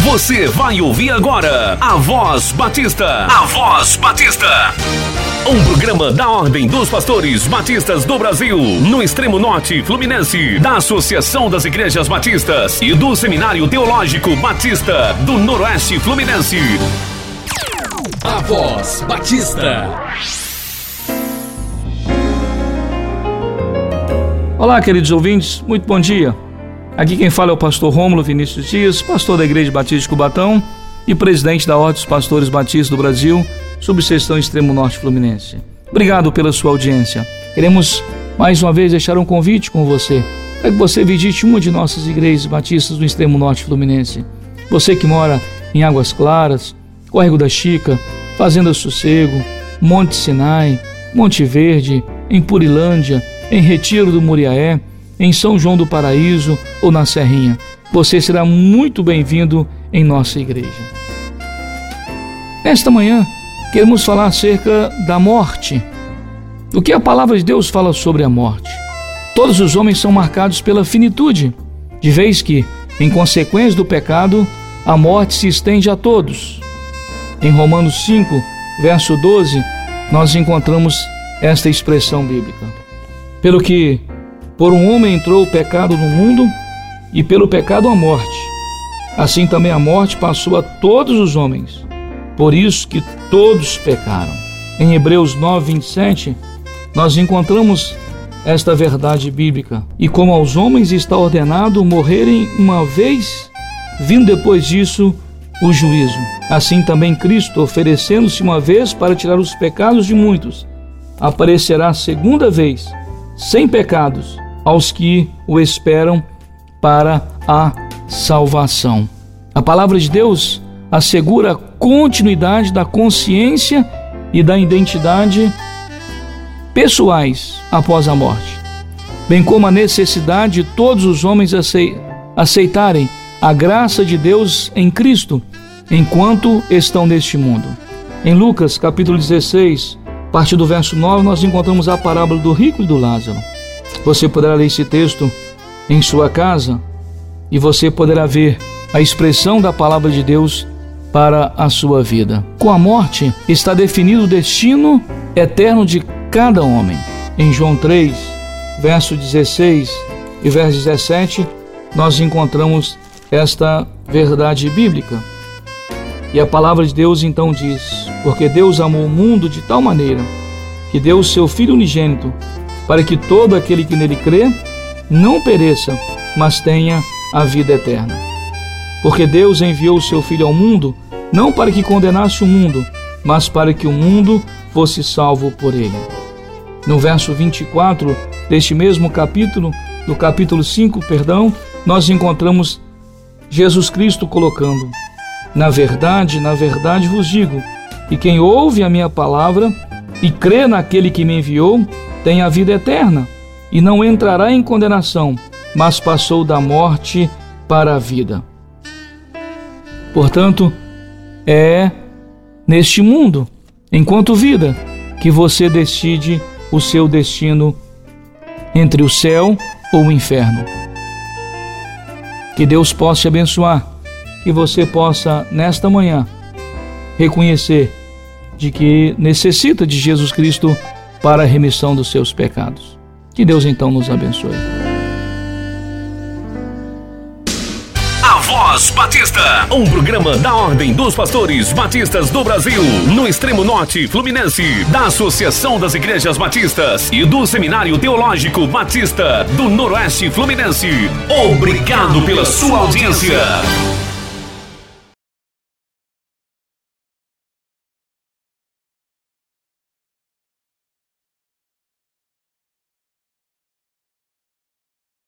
Você vai ouvir agora a Voz Batista. A Voz Batista. Um programa da Ordem dos Pastores Batistas do Brasil, no extremo norte fluminense, da Associação das Igrejas Batistas e do Seminário Teológico Batista do Noroeste Fluminense. A Voz Batista. Olá, queridos ouvintes, muito bom dia. Aqui quem fala é o pastor Rômulo Vinícius Dias, pastor da Igreja Batista de Cubatão e presidente da Ordem dos Pastores Batistas do Brasil, subseção Extremo Norte Fluminense. Obrigado pela sua audiência. Queremos mais uma vez deixar um convite com você, para que você visite uma de nossas igrejas batistas do Extremo Norte Fluminense. Você que mora em Águas Claras, Córrego da Chica, Fazenda Sossego, Monte Sinai, Monte Verde, em Purilândia, em Retiro do Muriaé, em São João do Paraíso ou na Serrinha. Você será muito bem-vindo em nossa igreja. Esta manhã, queremos falar acerca da morte. O que a palavra de Deus fala sobre a morte? Todos os homens são marcados pela finitude, de vez que, em consequência do pecado, a morte se estende a todos. Em Romanos 5, verso 12, nós encontramos esta expressão bíblica. Pelo que por um homem entrou o pecado no mundo, e pelo pecado a morte. Assim também a morte passou a todos os homens, por isso que todos pecaram. Em Hebreus 9, 27, nós encontramos esta verdade bíblica. E como aos homens está ordenado morrerem uma vez, vindo depois disso o juízo. Assim também Cristo, oferecendo-se uma vez para tirar os pecados de muitos, aparecerá segunda vez, sem pecados, aos que o esperam para a salvação. A palavra de Deus assegura a continuidade da consciência e da identidade pessoais após a morte, bem como a necessidade de todos os homens aceitarem a graça de Deus em Cristo enquanto estão neste mundo. Em Lucas capítulo 16, a partir do verso 9, nós encontramos a parábola do rico e do Lázaro. Você poderá ler esse texto em sua casa e você poderá ver a expressão da palavra de Deus para a sua vida. Com a morte está definido o destino eterno de cada homem. Em João 3, verso 16 e verso 17, nós encontramos esta verdade bíblica. E a palavra de Deus então diz: porque Deus amou o mundo de tal maneira que deu o seu Filho unigênito, para que todo aquele que nele crê não pereça, mas tenha a vida eterna. Porque Deus enviou o seu Filho ao mundo, não para que condenasse o mundo, mas para que o mundo fosse salvo por ele. No verso 24 deste mesmo capítulo, do capítulo 5, nós encontramos Jesus Cristo colocando: na verdade vos digo, que quem ouve a minha palavra e crê naquele que me enviou, tem a vida eterna, e não entrará em condenação, mas passou da morte para a vida. Portanto, é neste mundo, enquanto vida, que você decide o seu destino entre o céu ou o inferno. Que Deus possa te abençoar, que você possa, nesta manhã, reconhecer de que necessita de Jesus Cristo para a remissão dos seus pecados. Que Deus então nos abençoe. A Voz Batista, um programa da Ordem dos Pastores Batistas do Brasil, no extremo norte fluminense, da Associação das Igrejas Batistas e do Seminário Teológico Batista do Noroeste Fluminense. Obrigado pela sua audiência.